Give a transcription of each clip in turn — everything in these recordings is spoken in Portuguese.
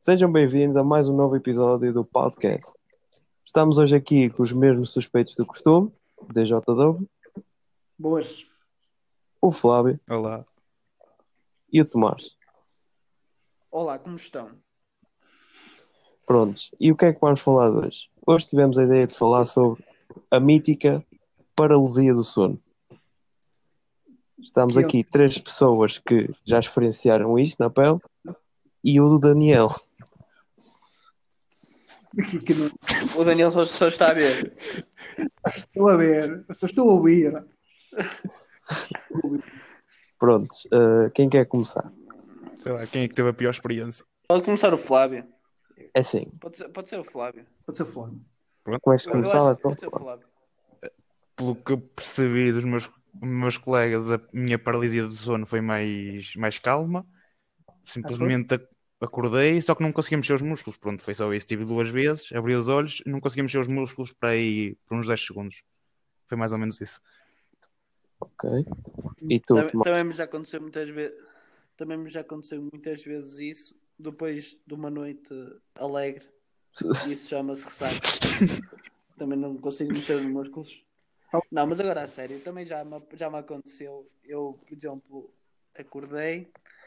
Sejam bem-vindos a mais um novo episódio do podcast. Estamos hoje aqui com os mesmos suspeitos do costume, o DJW, Boas. o Flávio Olá. e o Tomás. Olá, como estão? Prontos, e o que é que vamos falar hoje? Hoje tivemos a ideia de falar sobre a mítica paralisia do sono. Estamos aqui três pessoas que já experienciaram isto na pele e o do Daniel. O Daniel só está a ver. Estou a ver, só estou a ouvir. Prontos, quem quer começar? Sei lá, quem é que teve a pior experiência? Pode começar o Flávio. É assim, Pode ser o Flávio. Pode ser fome. como é que Eu começava acho que então? pode ser o Flávio. Pelo que eu percebi dos meus colegas, a minha paralisia do sono foi mais calma. Simplesmente acordei, só que não conseguia mexer os músculos. Pronto, foi só isso. Tive 2 vezes, abri os olhos e não conseguia mexer os músculos para aí por uns 10 segundos. Foi mais ou menos isso. Ok. E tu, Tomás? Também me já aconteceu muitas vezes. Também me já aconteceu muitas vezes isso depois de uma noite alegre. Isso chama-se ressaca. Também não consigo mexer os músculos. Não, mas agora a sério, também já me aconteceu. Eu, por exemplo, acordei.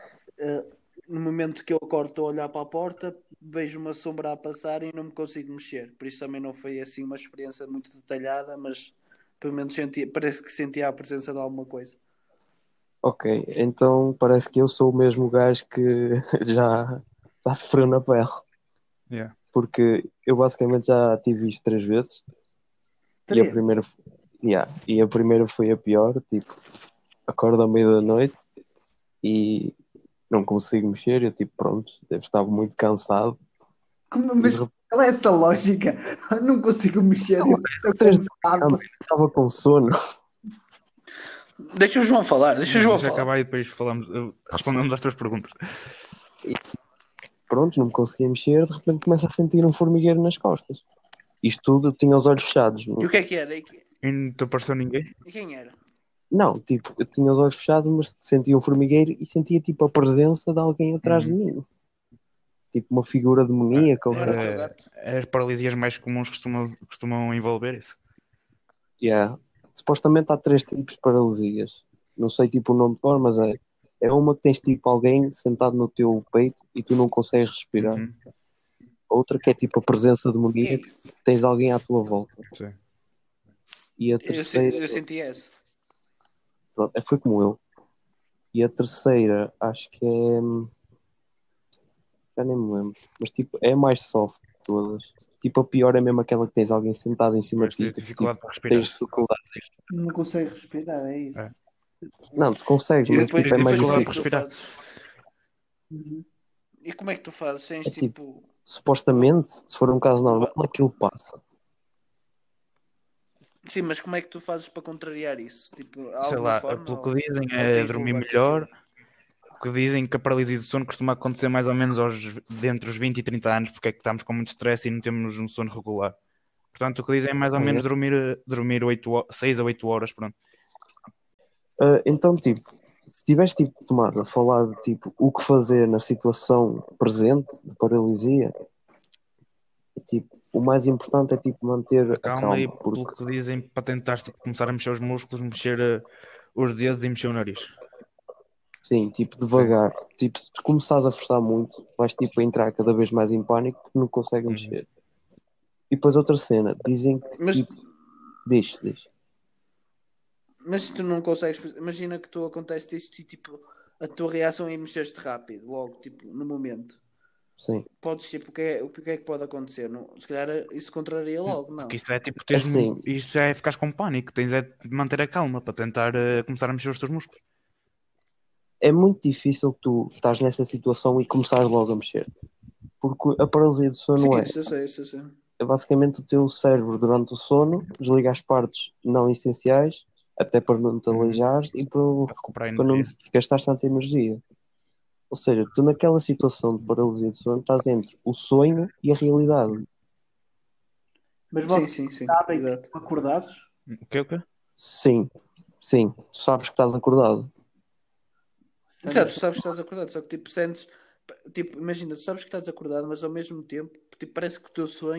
No momento que eu acordo, estou a olhar para a porta, vejo uma sombra a passar e não me consigo mexer. Por isso também não foi assim uma experiência muito detalhada, mas pelo menos parece que sentia a presença de alguma coisa. Ok, então parece que eu sou o mesmo gajo que já sofreu na pele. Yeah. Porque eu basicamente já tive isto 3 vezes. E a primeira, e a primeira foi a pior. Tipo, acordo à meia da noite e não consigo mexer. Eu tipo, pronto, devo estar muito cansado. Mas qual é essa lógica? Não consigo mexer. Estava com sono. Deixa o João falar, deixa o João Deixa falar. acabar e depois respondemos às tuas perguntas. Pronto, não me conseguia mexer. De repente começo a sentir um formigueiro nas costas. Isto tudo, eu tinha os olhos fechados. E o que é que era? E não te apareceu ninguém? E quem era? Não, tipo, eu tinha os olhos fechados, mas sentia um formigueiro e sentia tipo a presença de alguém atrás de mim. Tipo uma figura demoníaca. As paralisias mais comuns costumam envolver isso. Yeah. Supostamente há 3 tipos de paralisias. Não sei tipo o nome de cor, mas é uma que tens tipo alguém sentado no teu peito e tu não consegues respirar. Outra que é tipo a presença demoníaca, tens alguém à tua volta. Sim. E a terceira... Eu senti essa. Pronto, foi como eu. E a terceira, acho que é... Já nem me lembro. Mas tipo, é a mais soft de todas. Tipo, a pior é mesmo aquela que tens alguém sentado em cima de ti. Tens dificuldade para respirar. Tens dificuldade. Não consegue respirar, é isso. É. Não, tu consegues, E mas depois, tipo, é mais dificuldade difícil. para respirar. E como é que tu fazes? Tens tipo, supostamente, se for um caso normal, aquilo passa. Sim, mas como é que tu fazes para contrariar isso? Tipo, Sei lá, pelo que dizem é dormir melhor. O que dizem que a paralisia do sono costuma acontecer mais ou menos dentro dos 20 e 30 anos, porque é que estamos com muito stress e não temos um sono regular. Portanto, o que dizem é mais ou menos dormir 6 a 8 horas, pronto. Então, tipo, se tivesse tipo, Tomás, a falar de tipo, o que fazer na situação presente de paralisia, tipo, o mais importante é tipo, manter a calma. E pelo que dizem, para tentar tipo, começar a mexer os músculos, mexer os dedos e mexer o nariz. Sim, tipo, devagar. Tipo, se tu começares a forçar muito, vais tipo, entrar cada vez mais em pânico porque não consegues mexer. E depois outra cena, dizem que Mas, tipo, diz. Mas se tu não consegues, imagina que tu acontece isto e tipo, a tua reação é mexer-te rápido, logo, tipo, no momento. Sim. Podes, tipo, o que é que pode acontecer? Não, se calhar isso contraria logo, não? Porque isso é tipo, isso é ficar com pânico, tens é de manter a calma para tentar começar a mexer os teus músculos. É muito difícil tu estás nessa situação e começares logo a mexer. Porque a paralisia do sono Sim, isso eu sei. É basicamente o teu cérebro durante o sono desliga as partes não essenciais, até para não te aleijares e para não gastares tanta energia. Ou seja, tu naquela situação de paralisia do sono estás entre o sonho e a realidade. Mas vocês sabem que estão acordados? O quê? Sim. Tu sabes que estás acordado. Exato, tu sabes que estás acordado, só que tipo sentes Tipo, imagina, tu sabes que estás acordado, mas ao mesmo tempo, tipo, parece que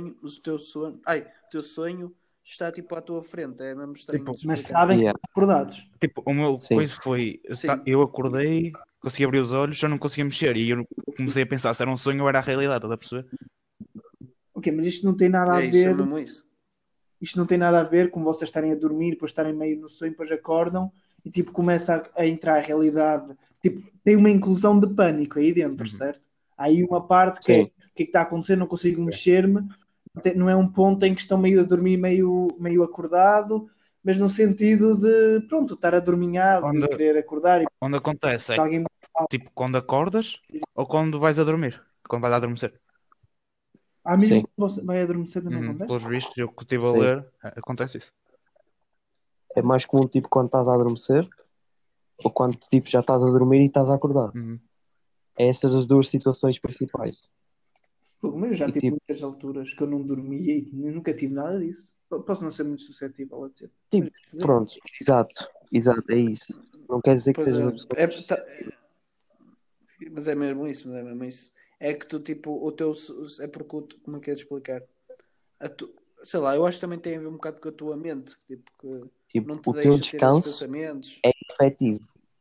o teu sonho está tipo à tua frente. É mesmo estranho Tipo, de Mas explicar. sabem que Yeah. estão acordados. tipo, o meu Sim. coisa foi, Sim. eu acordei, consegui abrir os olhos, já não conseguia mexer, e eu comecei a pensar se era um sonho ou era a realidade, estás a perceber? Ok, mas isto não tem nada a É isso, é ver. mesmo isso. Isto não tem nada a ver com vocês estarem a dormir, depois estarem meio no sonho, depois acordam e tipo começa a entrar a realidade. Tipo, tem uma inclusão de pânico aí dentro, certo? Há aí uma parte que é Sim. o que é que está a acontecer, não consigo mexer-me, não é um ponto em que estão meio a dormir, meio acordado, mas no sentido de, pronto, estar adorminhado e Onde, querer acordar. E onde acontece se é alguém me fala, tipo quando acordas ou quando vais a dormir, quando vais a adormecer. mesmo Sim. que você vai adormecer também acontece? Pelos vistos, eu que estive a Sim. ler, acontece isso. É mais comum tipo quando estás a adormecer ou quando tipo já estás a dormir e estás a acordar. É essas as duas situações principais. Pô, mas eu já E tive tipo, muitas alturas que eu não dormia e nunca tive nada disso. Posso não ser muito suscetível a ter. tipo, Mas, pronto, exato, é isso. Não quer dizer que Pois sejas a é. pessoa. Mas é mesmo isso, mas é mesmo isso. É que tu, tipo, o teu. É porque, como é que é de explicar? Sei lá, eu acho que também tem a ver um bocado com a tua mente, que, tipo, que Tipo, não te o teu deixa ter esses descanso pensamentos. é efetivo.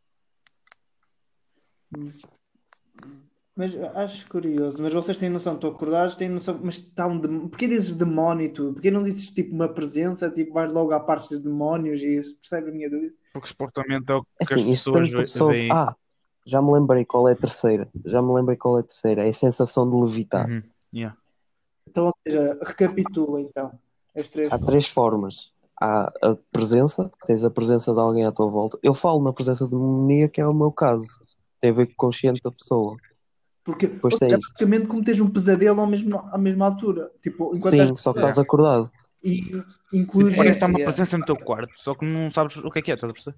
mas acho curioso. Mas vocês têm noção, estou acordados, têm noção, mas está porquê dizes demónio e tudo? Porquê não dizes tipo uma presença, tipo vais logo à parte dos demónios e isso? Percebe a minha dúvida? Porque supostamente é o que as Assim, isso pessoas depende da pessoa. veem. Já me lembrei qual é a terceira. Já me lembrei qual é a terceira. É a sensação de levitar. Yeah. Então, ou seja, recapitula então as três Há formas. três formas. Há a presença, tens a presença de alguém à tua volta. Eu falo na presença demoníaca, que é o meu caso. Tem a ver com o consciente da pessoa. Porque, Depois ou seja, tens. basicamente como tens um pesadelo à mesma altura. Tipo, enquanto Sim, estás só que Yeah. estás acordado. e Tipo, includes parece que isso. está uma Yeah. presença no teu quarto, só que não sabes o que é, estás a perceber?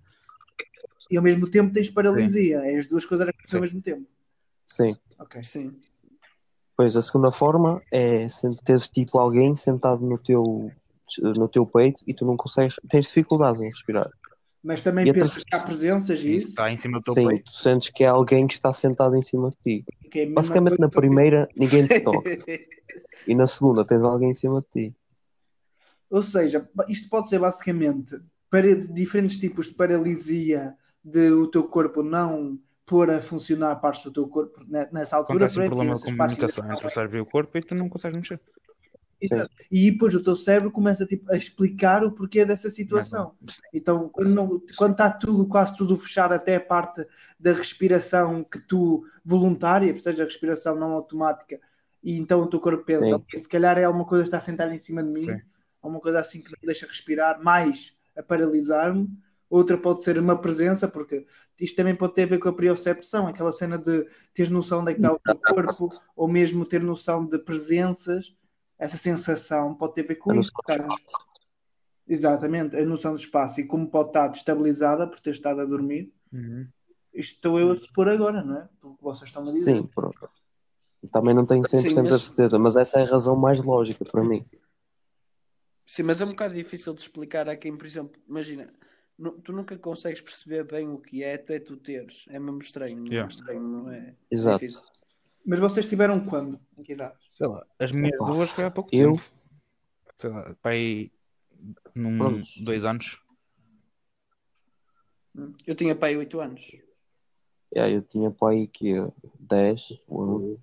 E ao mesmo tempo tens Sim. paralisia. É as duas coisas Sim. ao mesmo tempo. Sim. Ok. Sim. Depois a segunda forma é teres tipo alguém sentado no teu peito e tu não consegues. Tens dificuldades em respirar. Mas também E a pensas terceira. que há presenças Sim, e isso, está em cima do teu Sim, peito. tu sentes que é alguém que está sentado em cima de ti. que é a mesma Basicamente, coisa na que eu primeira, ninguém te toca. E na segunda, tens alguém em cima de ti. Ou seja, isto pode ser basicamente diferentes tipos de paralisia de o teu corpo não pôr a funcionar partes do teu corpo nessa altura, Acontece um porque problema de essas partes ainda comunicação entre o estão cérebro e o corpo e tu não consegues mexer. Sim. e depois o teu cérebro começa tipo, a explicar o porquê dessa Mais situação. Então, quando está quase tudo fechado, até a parte da respiração que tu voluntária, ou seja, a respiração não automática, e então o teu corpo pensa, Sim. ok, se calhar é alguma coisa que está sentada em cima de mim, Sim. alguma coisa assim que não me deixa respirar, mais a paralisar-me. Outra pode ser uma presença, porque isto também pode ter a ver com a percepção, aquela cena de teres noção de onde é que está o teu corpo, ou mesmo ter noção de presenças. Essa sensação pode ter a ver A com isso. noção do Cara. espaço. Exatamente, a noção de espaço e como pode estar destabilizada por ter estado a dormir. Isto estou eu a supor agora, não é? Pelo que vocês estão a dizer. Sim, pronto. Também não tenho 100% Sim, a certeza, mas essa é a razão mais lógica para mim. sim, mas é um bocado difícil de explicar a quem, por exemplo, imagina, tu nunca consegues perceber bem o que é até tu teres. É mesmo estranho, Yeah. não é? É Exato. difícil. Mas vocês tiveram quando? Em que idade? Sei lá, as minhas Opa, duas foi há pouco eu? tempo. Sei lá, para aí Pronto. 2 anos. Eu tinha pai 8 anos. Eu tinha para aí que 10, 11.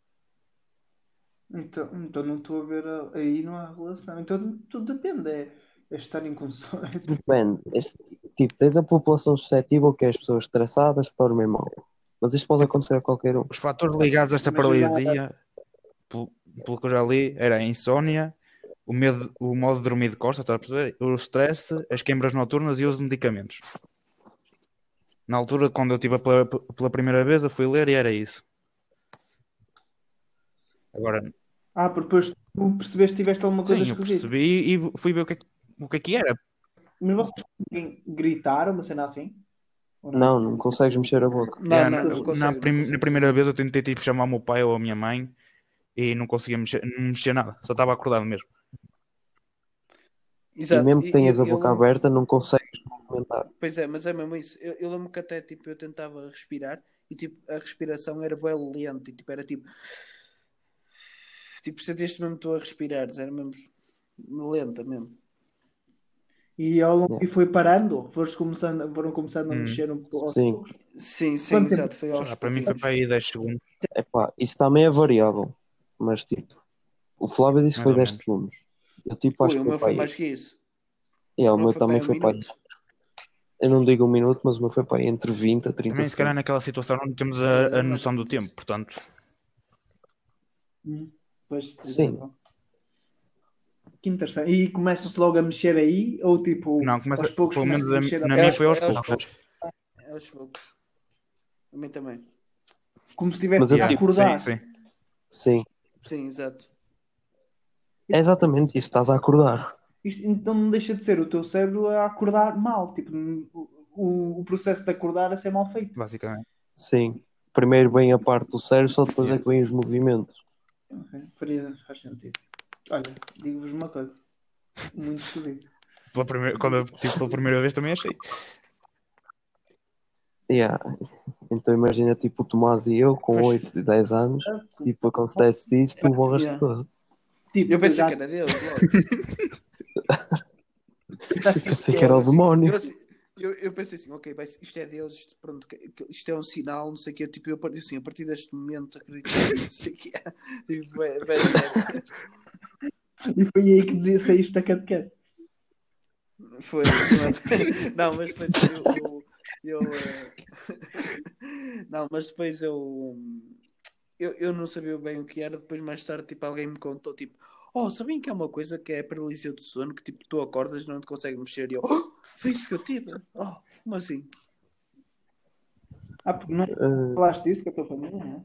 Então não estou a ver aí não há relação. Então tudo depende. É estar em consciência. Depende. Tipo, tens a população suscetível que é as pessoas estressadas que dormem mal. Mas isto pode acontecer a qualquer um. Os fatores ligados a esta Imagina- paralisia, pelo que eu já li, era a insónia, o medo, o modo de dormir de costas, estás a perceber? O stress, as queimbras noturnas e os medicamentos. Na altura, quando eu estive pela primeira vez, eu fui ler e era isso. Agora, porque depois tu percebeste que tiveste alguma coisa sim, eu esquisita. percebi e fui ver o que é que era. Mas vocês conseguem gritar uma cena assim? Ou Não consegues mexer a boca. Yeah, Não consigo. na primeira vez eu tentei tipo, chamar o meu pai ou a minha mãe e não conseguia não mexer nada, só estava acordado mesmo. E Exato. mesmo que tenhas a Eu boca lembro- aberta, não consegues movimentar. Pois é, mas é mesmo isso. Eu lembro que até tipo, eu tentava respirar e tipo, a respiração era bem lenta e tipo, era tipo, sentiste mesmo tu a respirar, era mesmo lenta mesmo. E e foi parando? Foram começando a mexer um pouco. Sim. Sim, Quanto exato, foi aos Para mim foi para aí 10 segundos. Epá, isso também é variável. Mas tipo, o Flávio disse que foi Mais ou 10 menos. segundos. Eu tipo, acho Ui, o que meu foi foi para mais aí. que isso. O meu Foi também para aí foi para aí. minuto. Eu não digo 1 minuto, mas o meu foi para aí entre 20 a 30 Também, se calhar, segundos. naquela situação não temos É a mais noção ou do menos tempo, isso. portanto. Pois, Sim. exato. Que interessante. E começam-se logo a mexer aí? Ou tipo, Não, começa, aos poucos pelo menos começam a mexer na minha foi aos É aos poucos. poucos. É aos poucos. A mim também. como se estivesse Mas eu a tipo, acordar? Sim. sim. Sim, exato. É exatamente isso, estás a acordar. Então não deixa de ser o teu cérebro a acordar mal. Tipo, o processo de acordar a ser mal feito. Basicamente. Sim. Primeiro vem a parte do cérebro, só depois é que vem os movimentos. Ok, faz sentido. Olha, digo-vos uma coisa. Muito esquisito. Quando eu tive pela primeira vez também achei. Yeah. Então imagina tipo o Tomás e eu com Pois. 8 e 10 anos, tipo acontece isso, tu borras Yeah. todo. Tipo, Eu pensei já que era Deus, logo. Eu pensei que era o Assim, demónio. eu pensei assim, ok, isto é Deus, isto, pronto, isto é um sinal, não sei o quê. Tipo, assim, a partir deste momento acredito que não sei o quê. Tipo, é sério. E foi aí que dizia saíste da catequese. Foi, não, mas depois não, mas depois eu não sabia bem o que era. Depois, mais tarde, tipo, alguém me contou, tipo, sabem que é uma coisa que é a paralisia do sono, que tipo, tu acordas e não te consegues mexer. E eu, foi isso que eu tive. Como assim? Porque não falaste disso com a tua família, não é?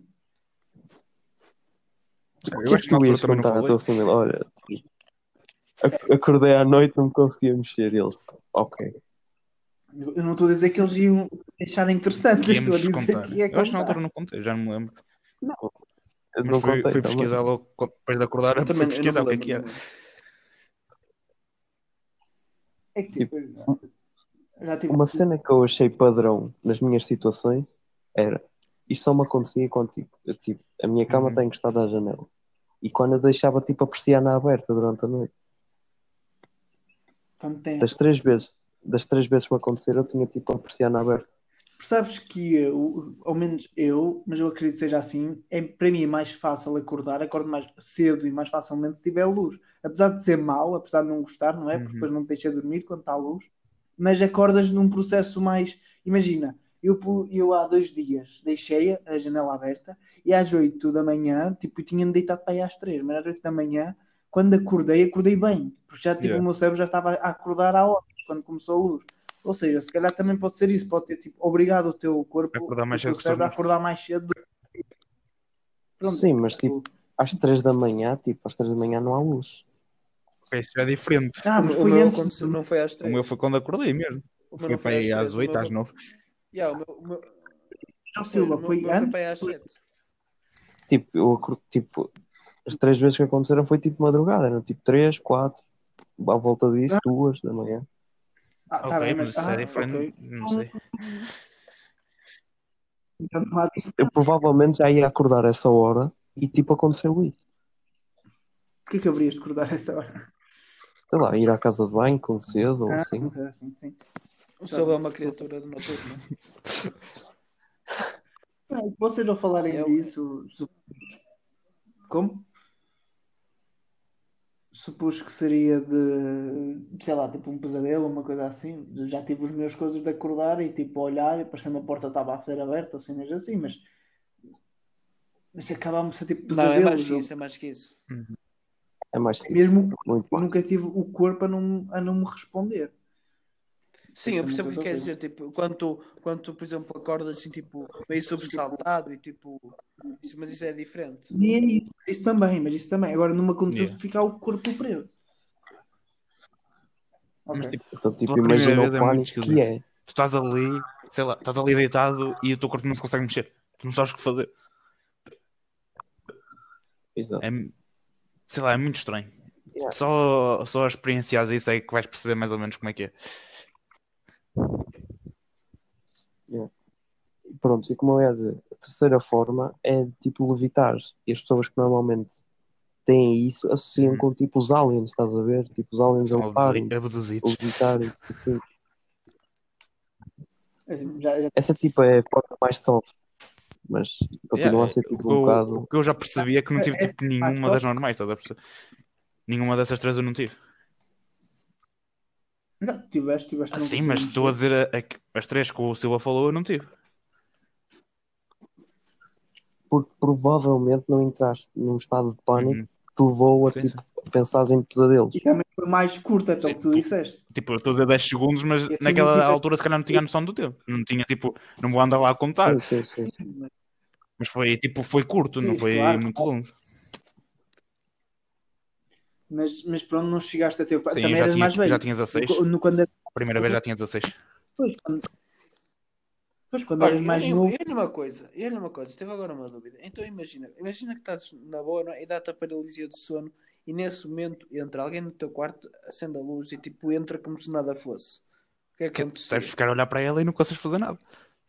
O Eu que é acho que que na tu altura ias também não contar à falei. tua família? Olha, acordei à noite, não me conseguia mexer. E eles, ok. Eu não estou a dizer que eles iam deixar interessante, eu estou a Íamos dizer contar. que ia Eu acho que na altura contar. não contei, já não me lembro. Não, eu Mas não contei fui também. pesquisar logo, depois de acordar, Eu fui também, eu não pesquisar me o que é lembro, que não era. me lembro. É que tipo, já tive. Uma cena que eu achei padrão nas minhas situações era, isto só me acontecia contigo. Tipo, a minha cama está encostada à janela. E quando eu deixava tipo a persiana aberta durante a noite. Quando tem. Das 3 vezes que me aconteceram, eu tinha tipo a persiana aberta. Percebes que eu, ao menos eu, mas eu acredito que seja assim, para mim é mais fácil acordar, acordo mais cedo e mais facilmente se tiver luz. Apesar de ser mau, apesar de não gostar, não é? Porque depois não te deixa dormir quando está a luz, mas acordas num processo mais. Imagina, eu há 2 dias deixei a janela aberta e às 8 da manhã, tipo, eu tinha-me deitado para aí às 3, mas às 8 da manhã, quando acordei bem, porque já tipo, o meu cérebro já estava a acordar há horas quando começou a luz. Ou seja, se calhar também pode ser isso, pode ter tipo, obrigado o teu corpo, Acordar mais o teu cedo que os teus cérebro a músculos. acordar mais cedo. Pronto, Sim, mas tipo, às 3 da manhã, tipo, às 3 da manhã não há luz. Ok, isso já é diferente. mas O foi meu antes. aconteceu, não foi às O meu 3. foi quando acordei mesmo. O meu Foi não para foi às aí às 3. 8, às 9. Yeah, o meu, João pois, Silva, o foi meu foi antes. para aí às 7. Tipo, tipo, as 3 vezes que aconteceram foi tipo madrugada, eram tipo 3, 4, à volta disso, 2 da manhã. Tá Ok, bem, mas isso é diferente. ok. Não sei. Então não há disso. Eu provavelmente já ia acordar essa hora e tipo aconteceu isso. Porquê que haverias de acordar essa hora? Sei lá, ir à casa de banho com cedo ou assim. Ok, assim, sim. O Silva é uma criatura do noturno. Vocês ao falarem Eu- disso, como? Supus que seria de, sei lá, tipo um pesadelo, uma coisa assim. Já tive os meus coisas de acordar e tipo olhar e parecendo a porta estava a ser aberta, ou cenas assim, mas acabámos a ser tipo Não, é mais pesadelos. que isso, é mais que isso. É mais que isso. Mesmo Muito eu mais. nunca tive o corpo a não me responder. Sim, eu percebo o que queres dizer. Tipo, quando tu, por exemplo, acordas assim, tipo, meio sobressaltado e tipo. Mas isso é diferente. E é isso. Isso também, mas isso também. Agora não me aconteceu de ficar o corpo preso. Mas Ok. tipo, Então, tipo, pela primeira imagina vez o é muito pânico que esquisito. é. Tu estás ali, sei lá, estás ali deitado e o teu corpo não se consegue mexer. Tu não sabes o que fazer. Exato. É, sei lá, é muito estranho. Yeah. Só a experienciar isso é que vais perceber mais ou menos como é que é. Yeah. pronto, e como eu ia dizer, a terceira forma é tipo levitar. E as pessoas que normalmente têm isso associam com tipo os aliens, estás a ver? Tipo os aliens a São levarem-te, a abduzidos. levitarem-te, assim. Já- Essa tipo é a forma mais soft, mas continua a ser tipo um O bocado. que eu já percebi é que não tive Essa tipo é mais nenhuma das soft. normais, estás a perceber? Nenhuma dessas três eu não tive. Não, tiveste, não Sim, consigo mas estou a mexer. dizer que as três que o Silva falou eu não tive. Porque provavelmente não entraste num estado de pânico Uhum. que te levou a Sim, tipo pensares em pesadelos. E também foi mais curta, pelo que tu disseste. Tipo, eu estou a dizer 10 segundos, mas E assim não naquela tiveste. altura se calhar não tinha a noção do tempo. Não tinha tipo, não vou andar lá a contar. Sim. Mas foi tipo, foi curto, não Sim, foi claro. muito longo. Mas pronto, não chegaste a ter. Sim, eu Também já eras tinha, mais velho. 16. Quando, A primeira vez já tinha 16. pois, quando Olha, eras mais novo. e olha uma coisa, teve agora uma dúvida. Então imagina que estás na boa, não é? E dá-te a paralisia do sono e nesse momento entra alguém no teu quarto, acende a luz e tipo entra como se nada fosse. O que é que Que deves acontecia? ficar a olhar para ela e não consegues fazer nada.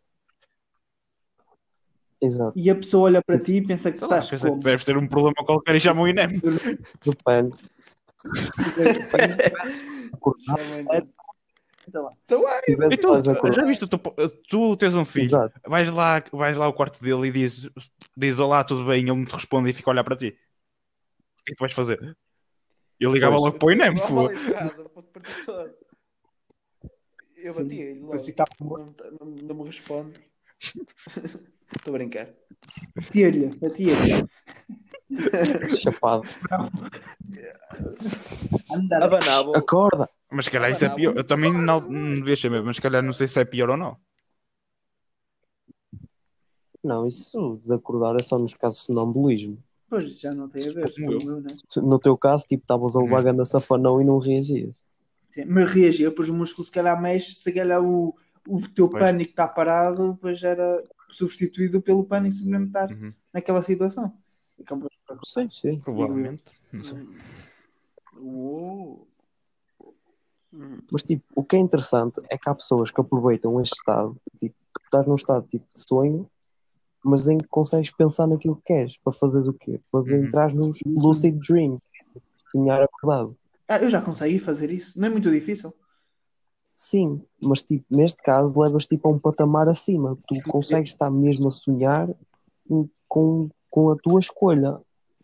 Exato. E a pessoa olha para Tipo, ti e pensa que Sei lá, estás pensa que como? deves ter um problema qualquer e chamam o INEM. depende. Se tivesse acordado, Sei lá. se tivesse Então, mais acordado. já viste, tu tens um filho, Exato. vais lá ao quarto dele e diz olá, tudo bem, ele não te responde e fica a olhar para ti. O que é que vais fazer? Eu ligava Pois. logo para o INEM, Estava pô. ali entrada, para partir todo. Eu Sim. bati-lhe logo. Depois estava morto. Não me responde. Estou a brincar. Batia-lhe. Chapado. Andar. Abanava. Acorda! Mas se calhar isso é pior. Eu também não devia ser mesmo, mas se calhar não sei se é pior ou não. Não, isso de acordar é só nos casos de sonambulismo. Pois já não tem a ver, Como eu. suponho eu, né? No teu caso, tipo, estavas a levar ganda safanão e não reagias. Sim, mas reagir, depois o músculo se calhar mexe, se calhar o teu Pois. pânico está parado, depois era substituído pelo pânico simplesmente estar Uhum. naquela situação. E Sim. Provavelmente. Não sei. Uou. Mas, tipo, o que é interessante é que há pessoas que aproveitam este estado, tipo, estás num estado tipo de sonho, mas em que consegues pensar naquilo que queres, para fazeres o quê? Para Uhum. entrar nos lucid dreams, sonhar acordado. eu já consegui fazer isso, não é muito difícil. Sim, mas tipo, neste caso levas tipo a um patamar acima. Tu consegues estar mesmo a sonhar com a tua escolha.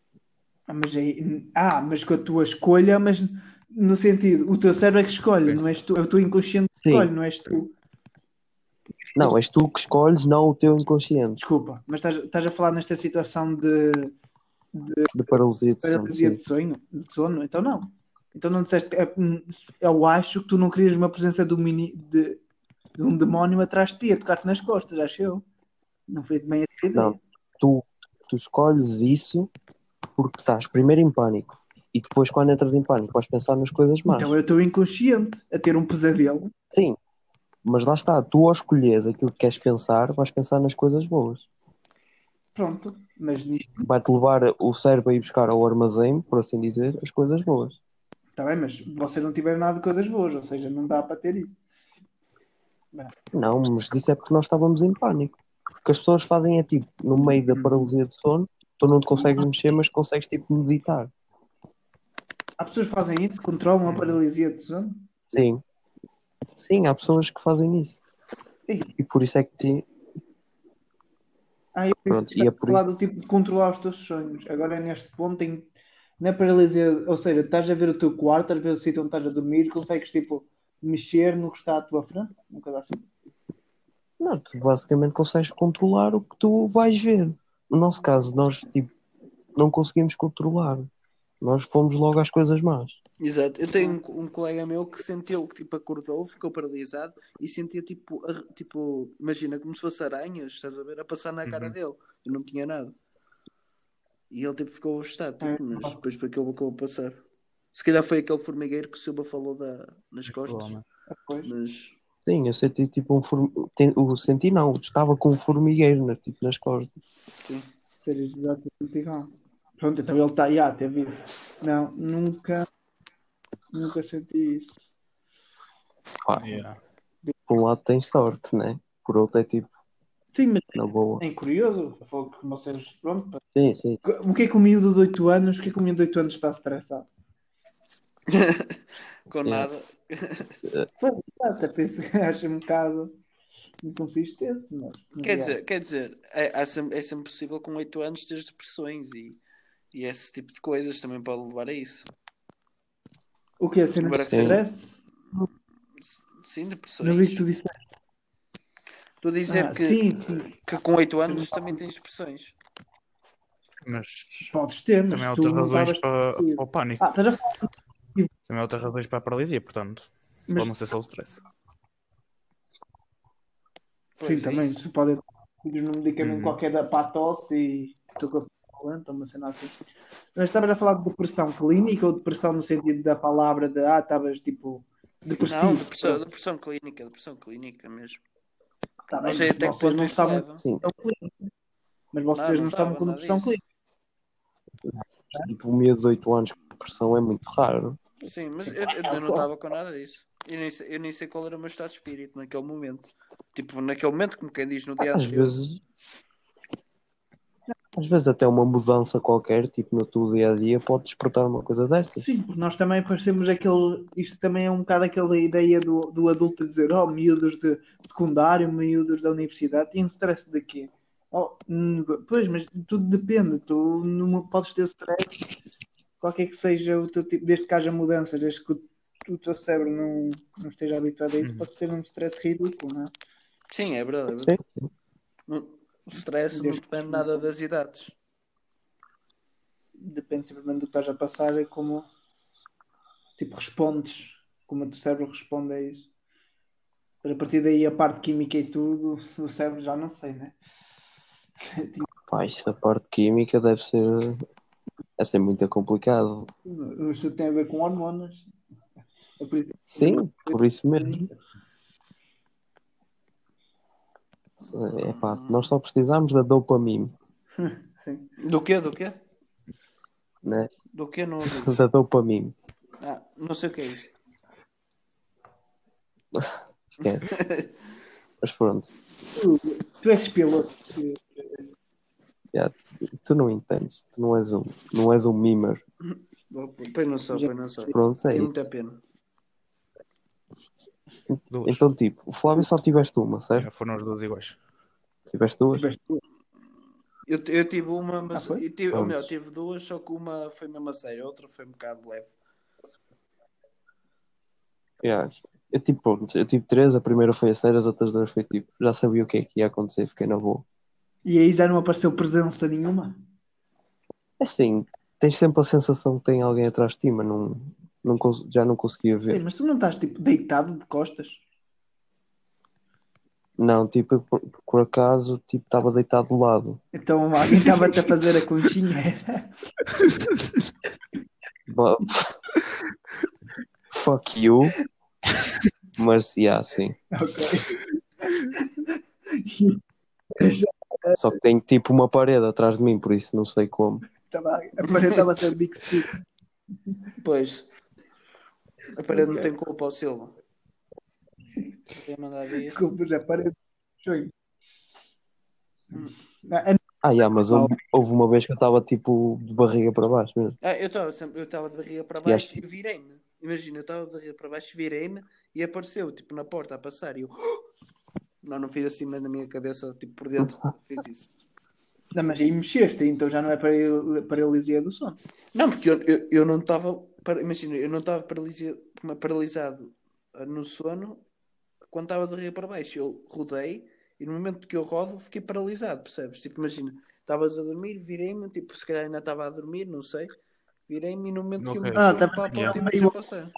Mas com a tua escolha, mas no sentido, o teu cérebro é que escolhe, não és tu, é o teu inconsciente que Sim. escolhe, não és tu. Não, és tu que escolhes, não o teu inconsciente. Desculpa, mas estás a falar nesta situação de De paralisia de sono. paralisia de sono? Então não. Então não disseste. Eu acho que tu não querias uma presença de um demónio atrás de ti, a tocar-te nas costas, acho eu. Não foi bem a tua ideia. Não, tu escolhes isso porque estás primeiro em pânico e depois, quando entras em pânico, vais pensar nas coisas más. Então é o teu inconsciente a ter um pesadelo. Sim, mas lá está, tu ao escolheres aquilo que queres pensar, vais pensar nas coisas boas. Pronto, mas nisto. Vai-te levar o cérebro a ir buscar ao armazém, por assim dizer, as coisas boas. Está bem, mas você não tiver nada de coisas boas, ou seja, não dá para ter isso. Não, mas isso é porque nós estávamos em pânico. O que as pessoas fazem é tipo, no meio da paralisia de sono, tu não te consegues mexer, mas consegues tipo meditar. Há pessoas que fazem isso, controlam a paralisia de sono. Sim. Sim, há pessoas que fazem isso. E por isso é que Pronto, e é por falar isso. do tipo de controlar os teus sonhos. Agora é neste ponto na paralisia, ou seja, estás a ver o teu quarto, às vezes o sítio onde estás a dormir, consegues tipo mexer no que está à tua frente, um bocado assim. Não, tu basicamente consegues controlar o que tu vais ver. No nosso caso, nós tipo, não conseguimos controlar. Nós fomos logo às coisas más. Exato. Eu tenho um colega meu que sentiu que tipo acordou, ficou paralisado e sentia tipo, imagina como se fosse aranhas, estás a ver, a passar na cara dele. Eu não tinha nada. E ele tipo ficou assustado, tipo, mas depois para aquilo acabou a passar. Se calhar foi aquele formigueiro que o Silva falou nas costas. Mas Sim, eu senti tipo senti não, estava com um formigueiro nas costas. Sim. Seria exatamente igual. Pronto, então ele está, teve isso. Não, nunca senti isso. Pá, por um lado tens sorte, né? Por outro é tipo, Sim, mas na boa. é curioso. Foi que vocês, pronto. Sim, sim. O que é que o miúdo de 8 anos, o que é que o miúdo de 8 anos está estressado? Com Yeah. nada. Pois, até penso que acho um bocado inconsistente, mas Quer dizer, é sempre possível com 8 anos ter depressões e esse tipo de coisas também pode levar a isso. o que é a cena de Agora Sim. stress? Sim, Não vi depressões. que tu disseste. Estou a dizer Sim, que com 8 anos também tens depressões. Mas podes ter, mas também há tu outras não razões estavas. para o pânico. Estás a falar. Também há outras razões para a paralisia, portanto, Mas- pode não ser só o stress. Pois, Sim, é também. isso. Se pode ter num medicamento Uhum. qualquer para a tosse e estou com a doente, uma cena assim. Mas estavas a falar de depressão clínica ou depressão no sentido da palavra de estavas tipo depressivo? Não, Pronto. depressão clínica mesmo. Tá Não bem, sei mas até que vocês ponto não isso estavam leva. Sim. com depressão clínica. Mas vocês não estavam estava com nada depressão disso. clínica. Tipo, o miúdo de 8 anos com depressão é muito raro. Sim, mas eu não estava com nada disso. Eu nem sei qual era o meu estado de espírito naquele momento. Tipo, naquele momento, como quem diz, no dia Às anterior. vezes até uma mudança qualquer, tipo no teu dia a dia, pode despertar uma coisa dessas. Sim, porque nós também parecemos aquele. Isto também é um bocado aquela ideia do adulto dizer: oh, miúdos de secundário, miúdos da universidade, têm stress de quê? Oh, pois, mas tudo depende. Tu não podes ter stress, qualquer que seja o teu tipo, desde que haja mudanças, desde que o teu cérebro não esteja habituado a isso, podes ter um stress ridículo, não é? Sim, é verdade. É Sim. verdade. O stress não Desde depende nada das idades. Depende simplesmente do que estás a passar, é como tipo respondes, como o teu cérebro responde a isso. Mas a partir daí a parte química e tudo, do cérebro já não sei, né? Pá, isto da parte química deve ser muito complicado. Isto tem a ver com hormonas. É por isso Sim, por isso mesmo. É fácil. Nós só precisamos da dopamina, Sim. Do quê? Do quê? né? Do quê? Não ouvi. Da dopamina. Não sei o que é isso. Esquece. Mas pronto, Tu és piloto. já, tu não entendes. Tu não és um mimer. Pois não sou. Pronto, é Tenho isso. muita pena. Duas. Então, tipo, o Flávio só tiveste uma, certo? Já foram as duas iguais. Tiveste duas? Eu tive uma, mas foi? eu tive duas, só que uma foi mesmo a sério, a outra foi um bocado leve. Yeah. Eu tive três, a primeira foi a sério, as outras duas foi tipo, já sabia o que é que ia acontecer, fiquei na boa. E aí já não apareceu presença nenhuma. É assim, tens sempre a sensação que tem alguém atrás de ti, mas já não conseguia Ei, ver. mas tu não estás tipo deitado de costas? Não, tipo, eu, por acaso, tipo, estava deitado do lado. Então alguém estava-te a fazer a conchinha. But- Fuck you. Mas, yeah, sim. Só que tem tipo uma parede atrás de mim, por isso não sei como. A parede estava a ser Big Speed. Pois. A parede não tem culpa ao Silva. Queria mandar vir. Desculpa, já parede. Mas houve uma vez que eu estava tipo de barriga para baixo mesmo. Eu estava de barriga para baixo e virei-me. Imagina, eu estava de barriga para baixo, virei-me e apareceu tipo na porta a passar e eu não fiz assim, mas na minha cabeça, tipo por dentro, fiz isso. Não, mas aí mexeste, então já não é paralisia do sono. Não, porque eu não estava, imagina, eu não estava paralisado no sono quando estava de barriga para baixo. Eu rodei e no momento que eu rodo fiquei paralisado, percebes? Tipo, imagina, estavas a dormir, virei-me, tipo, se calhar ainda estava a dormir, não sei. Virei-me e no momento que eu me fui para a porta e me a passar.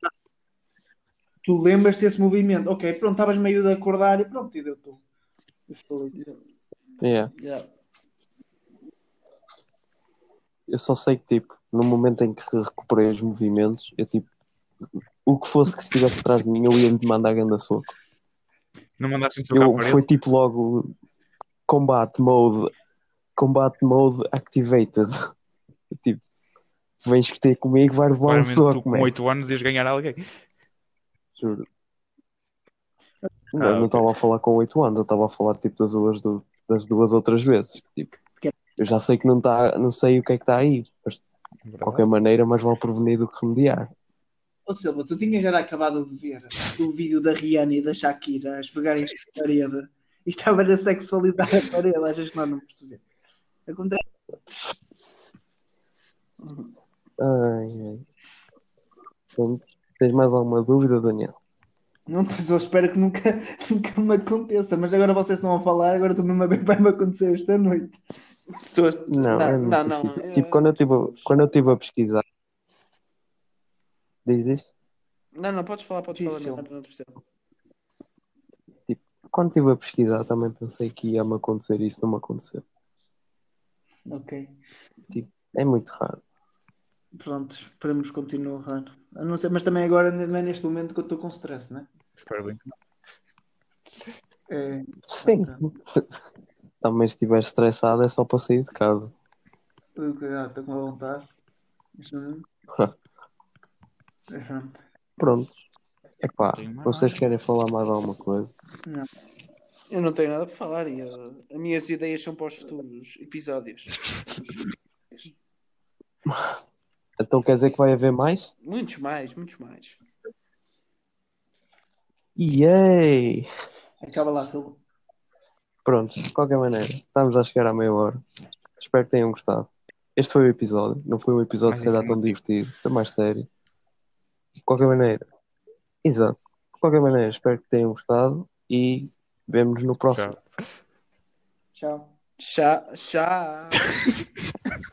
Tu lembras desse movimento? Ok, pronto, estavas meio de acordar e pronto, e deu tudo. Yeah. Eu só sei que tipo, no momento em que recuperei os movimentos, eu tipo, o que fosse que estivesse atrás de mim, eu ia-me mandar a ganda soco. Não mandaste socar a parede? Foi tipo logo combat mode activated. Tipo, vens que ter comigo, vais levar um soco. Tu com 8 anos ias ganhar alguém. Juro. Não estava a falar com 8 anos, eu estava a falar tipo das duas outras vezes. Tipo, eu já sei que não sei o que é que está aí, mas de qualquer maneira, mais vale prevenir do que remediar. Ô Silva, tu tinhas já acabado de ver o vídeo da Rihanna e da Shakira a esfregarem-se na parede e estava a sexualizar a parede, achas que nós não percebemos? Acontece. Ai. Então, tens mais alguma dúvida, Daniel? Não, eu espero que nunca me aconteça, mas agora vocês estão a falar, agora estou mesmo a ver que vai-me acontecer esta noite. Não, é muito difícil. Tipo, quando eu estive a pesquisar, diz isso? Não, podes falar, não percebo. Tipo, quando estive a pesquisar também pensei que ia-me acontecer isso, não me aconteceu. Ok. Tipo, é muito raro. Pronto, esperemos que continue raro. A não ser, mas também agora não é neste momento que eu estou com stress, não é? Espero bem que não. Sim. Também se estiver estressado é só para sair de casa. Estou com vontade. Pronto. Epá, vocês querem falar mais alguma coisa? Não. Eu não tenho nada para falar e as minhas ideias são para os futuros episódios. Então quer dizer que vai haver mais? Muitos mais. Yay! Acaba lá, Silva. Pronto, de qualquer maneira, estamos a chegar à meia hora. Espero que tenham gostado. Este foi o episódio. Não foi um episódio se calhar tão divertido. Foi mais sério. De qualquer maneira. Exato. De qualquer maneira, espero que tenham gostado e vemo-nos no próximo. Tchau. Tchau. Chá.